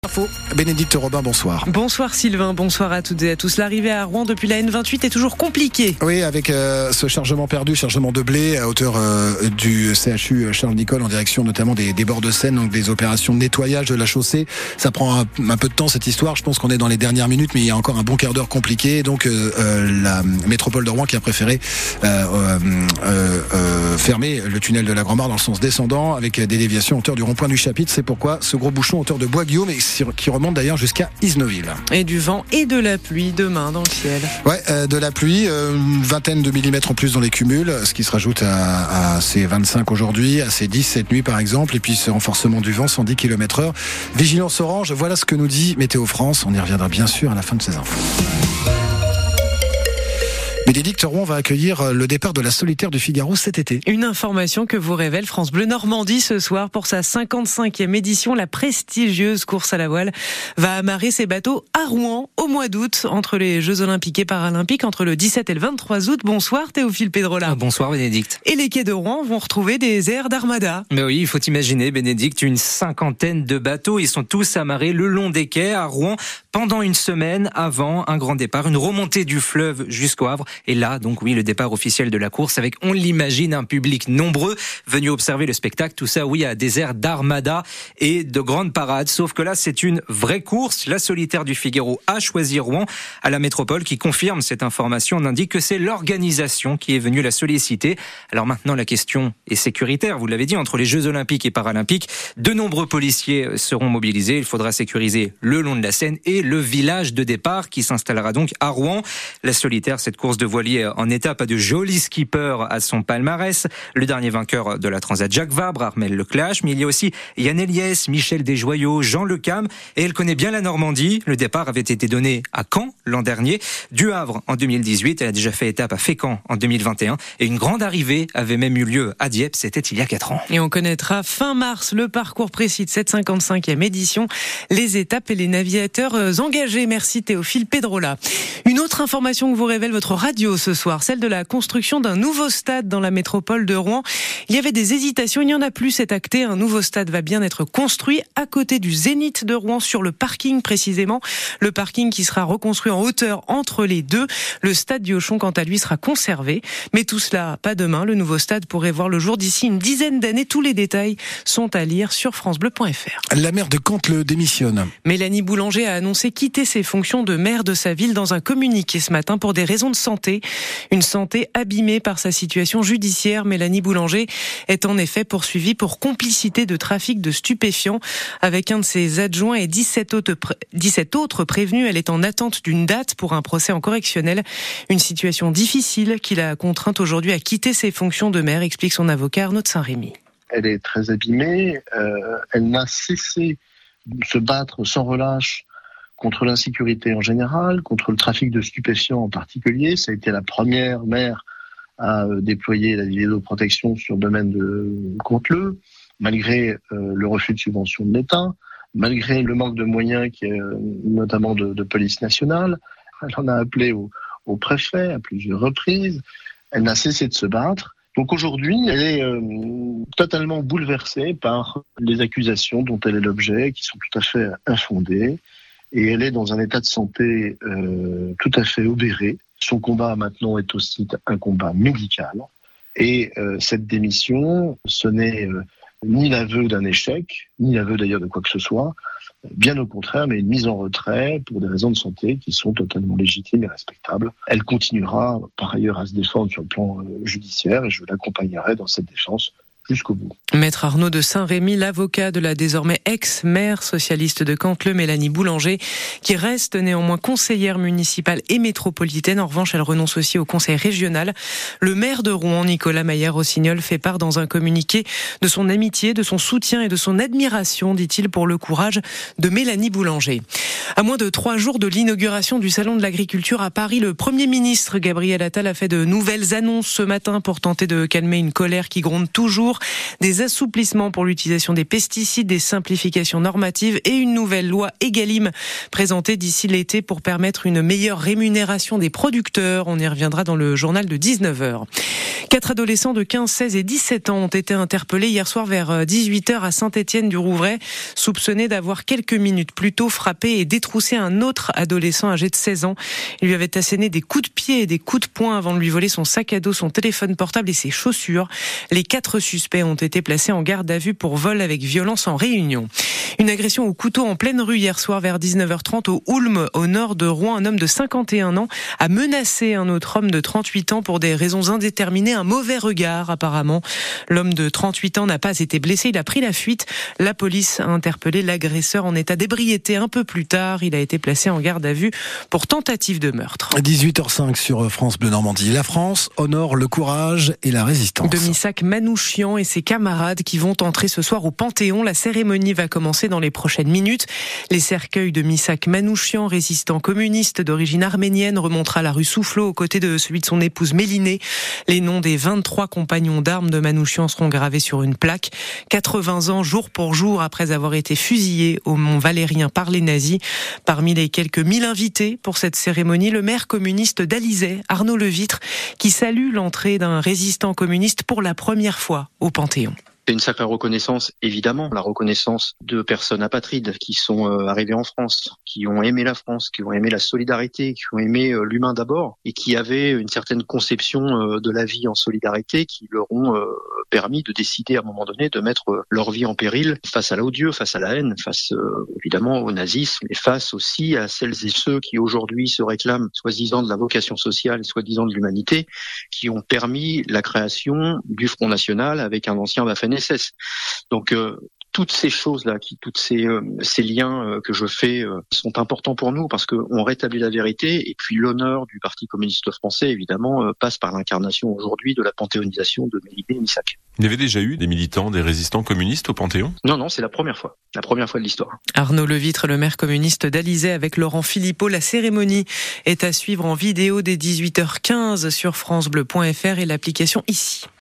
Info, Bénédicte Robin, bonsoir. Bonsoir Sylvain, bonsoir à toutes et à tous. L'arrivée à Rouen depuis la N28 est toujours compliquée. Oui, avec ce chargement perdu, chargement de blé à hauteur du CHU Charles Nicolle en direction notamment des bords de Seine, donc des opérations de nettoyage de la chaussée. Ça prend un peu de temps cette histoire, je pense qu'on est dans les dernières minutes, mais il y a encore un bon quart d'heure compliqué. Donc la métropole de Rouen qui a préféré fermer le tunnel de la Grand-Mare dans le sens descendant avec des déviations à hauteur du rond-point du Chapitre. C'est pourquoi ce gros bouchon à hauteur de Bois-Guillaume qui remonte d'ailleurs jusqu'à Isneville. Et du vent et de la pluie demain dans le ciel. Ouais, de la pluie, une vingtaine de millimètres en plus dans les cumuls, ce qui se rajoute à ces 25 aujourd'hui, à ces 10 cette nuit par exemple, et puis ce renforcement du vent, 110 km/h. Vigilance orange, voilà ce que nous dit Météo France. On y reviendra bien sûr à la fin de ces infos. Bénédicte, Rouen va accueillir le départ de la solitaire du Figaro cet été. Une information que vous révèle France Bleu Normandie ce soir pour sa 55e édition. La prestigieuse course à la voile va amarrer ses bateaux à Rouen au mois d'août entre les Jeux Olympiques et Paralympiques entre le 17 et le 23 août. Bonsoir Théophile Pedrola. Bonsoir Bénédicte. Et les quais de Rouen vont retrouver des airs d'armada. Mais oui, il faut imaginer Bénédicte, une cinquantaine de bateaux. Ils sont tous amarrés le long des quais à Rouen pendant une semaine avant un grand départ, une remontée du fleuve jusqu'au Havre. Et là, donc oui, le départ officiel de la course avec, on l'imagine, un public nombreux venu observer le spectacle. Tout ça, oui, à des airs d'armada et de grandes parades. Sauf que là, c'est une vraie course. La solitaire du Figaro a choisi Rouen. À la métropole, qui confirme cette information, on indique que c'est l'organisation qui est venue la solliciter. Alors maintenant, la question est sécuritaire. Vous l'avez dit, entre les Jeux Olympiques et Paralympiques, de nombreux policiers seront mobilisés. Il faudra sécuriser le long de la Seine et le village de départ qui s'installera donc à Rouen. La solitaire, cette course de voilier en étape, a de jolis skippers à son palmarès. Le dernier vainqueur de la Transat, Jacques Vabre, Armel Lecléache, mais il y a aussi Yann Eliès, Michel Desjoyaux, Jean Lecam, et elle connaît bien la Normandie. Le départ avait été donné à Caen l'an dernier, du Havre en 2018, elle a déjà fait étape à Fécamp en 2021, et une grande arrivée avait même eu lieu à Dieppe, c'était il y a 4 ans. Et on connaîtra fin mars le parcours précis de cette 55e édition, les étapes et les navigateurs engagés. Merci Théophile Pedrola. Une autre information que vous révèle votre radio ce soir, celle de la construction d'un nouveau stade dans la métropole de Rouen. Il y avait des hésitations, il n'y en a plus, c'est acté. Un nouveau stade va bien être construit à côté du Zénith de Rouen, sur le parking précisément. Le parking qui sera reconstruit en hauteur entre les deux. Le stade du Auchon, quant à lui, sera conservé. Mais tout cela, pas demain. Le nouveau stade pourrait voir le jour d'ici une dizaine d'années. Tous les détails sont à lire sur francebleu.fr. La maire de Cantleux démissionne. Mélanie Boulanger a annoncé quitter ses fonctions de maire de sa ville dans un communiqué ce matin pour des raisons de santé. Une santé abîmée par sa situation judiciaire. Mélanie Boulanger est en effet poursuivie pour complicité de trafic de stupéfiants avec un de ses adjoints et 17 autres prévenus. Elle est en attente d'une date pour un procès en correctionnel. Une situation difficile qui l'a contrainte aujourd'hui à quitter ses fonctions de maire, explique son avocat Arnaud de Saint-Rémy. Elle est très abîmée. Elle n'a cessé de se battre sans relâche contre l'insécurité en général, contre le trafic de stupéfiants en particulier. Ça a été la première maire à déployer la vidéoprotection sur le domaine de Cantleux, malgré le refus de subvention de l'État, malgré le manque de moyens, notamment de police nationale. Elle en a appelé au préfet à plusieurs reprises. Elle n'a cessé de se battre. Donc aujourd'hui, elle est totalement bouleversée par les accusations dont elle est l'objet, qui sont tout à fait infondées. Et elle est dans un état de santé tout à fait obéré. Son combat maintenant est aussi un combat médical. Et cette démission, ce n'est ni l'aveu d'un échec, ni l'aveu d'ailleurs de quoi que ce soit, bien au contraire, mais une mise en retrait pour des raisons de santé qui sont totalement légitimes et respectables. Elle continuera par ailleurs à se défendre sur le plan judiciaire et je l'accompagnerai dans cette défense jusqu'au bout. Maître Arnaud de Saint-Rémy, l'avocat de la désormais ex-maire socialiste de Cantleux, Mélanie Boulanger, qui reste néanmoins conseillère municipale et métropolitaine. En revanche, elle renonce aussi au conseil régional. Le maire de Rouen, Nicolas Maillard-Rossignol, fait part dans un communiqué de son amitié, de son soutien et de son admiration, dit-il, pour le courage de Mélanie Boulanger. À moins de 3 jours de l'inauguration du Salon de l'Agriculture à Paris, le Premier ministre Gabriel Attal a fait de nouvelles annonces ce matin pour tenter de calmer une colère qui gronde toujours. jours, des assouplissements pour l'utilisation des pesticides, des simplifications normatives et une nouvelle loi Egalim présentée d'ici l'été pour permettre une meilleure rémunération des producteurs. On y reviendra dans le journal de 19h. 4 adolescents de 15, 16 et 17 ans ont été interpellés hier soir vers 18h à Saint-Étienne-du-Rouvray, soupçonnés d'avoir quelques minutes plus tôt frappé et détroussé un autre adolescent âgé de 16 ans. Il lui avait asséné des coups de pied et des coups de poing avant de lui voler son sac à dos, son téléphone portable et ses chaussures. Les 4 suspects ont été placés en garde à vue pour vol avec violence en Réunion. Une agression au couteau en pleine rue hier soir vers 19h30 au Houlme, au nord de Rouen. Un homme de 51 ans a menacé un autre homme de 38 ans pour des raisons indéterminées. Un mauvais regard apparemment. L'homme de 38 ans n'a pas été blessé, il a pris la fuite. La police a interpellé l'agresseur en état d'ébriété un peu plus tard. Il a été placé en garde à vue pour tentative de meurtre. 18h05 sur France Bleu Normandie. La France honore le courage et la résistance. De Missak Manouchian et ses camarades qui vont entrer ce soir au Panthéon. La cérémonie va commencer dans les prochaines minutes. Les cercueils de Missak Manouchian, résistant communiste d'origine arménienne, remontera la rue Soufflot aux côtés de celui de son épouse Mélinée. Les noms des 23 compagnons d'armes de Manouchian seront gravés sur une plaque. 80 ans jour pour jour après avoir été fusillés au Mont Valérien par les nazis. Parmi les quelques 1000 invités pour cette cérémonie, le maire communiste d'Alizay, Arnaud Levitre, qui salue l'entrée d'un résistant communiste pour la première fois au Panthéon. C'est une sacrée reconnaissance, évidemment, la reconnaissance de personnes apatrides qui sont arrivées en France, qui ont aimé la France, qui ont aimé la solidarité, qui ont aimé l'humain d'abord, et qui avaient une certaine conception de la vie en solidarité qui leur ont permis de décider à un moment donné de mettre leur vie en péril face à l'odieux, face à la haine, face évidemment au nazisme, et face aussi à celles et ceux qui aujourd'hui se réclament soi-disant de la vocation sociale, soi-disant de l'humanité, qui ont permis la création du Front National avec un ancien Waffen-SS. Donc toutes ces choses-là, tous ces liens que je fais sont importants pour nous parce qu'on rétablit la vérité et puis l'honneur du Parti communiste français, évidemment, passe par l'incarnation aujourd'hui de la panthéonisation de Mélinée et Missak. Il y avait déjà eu des militants, des résistants communistes au Panthéon ? Non, c'est la première fois de l'histoire. Arnaud Levitre, le maire communiste d'Alizay avec Laurent Philippot. La cérémonie est à suivre en vidéo dès 18h15 sur francebleu.fr et l'application ici.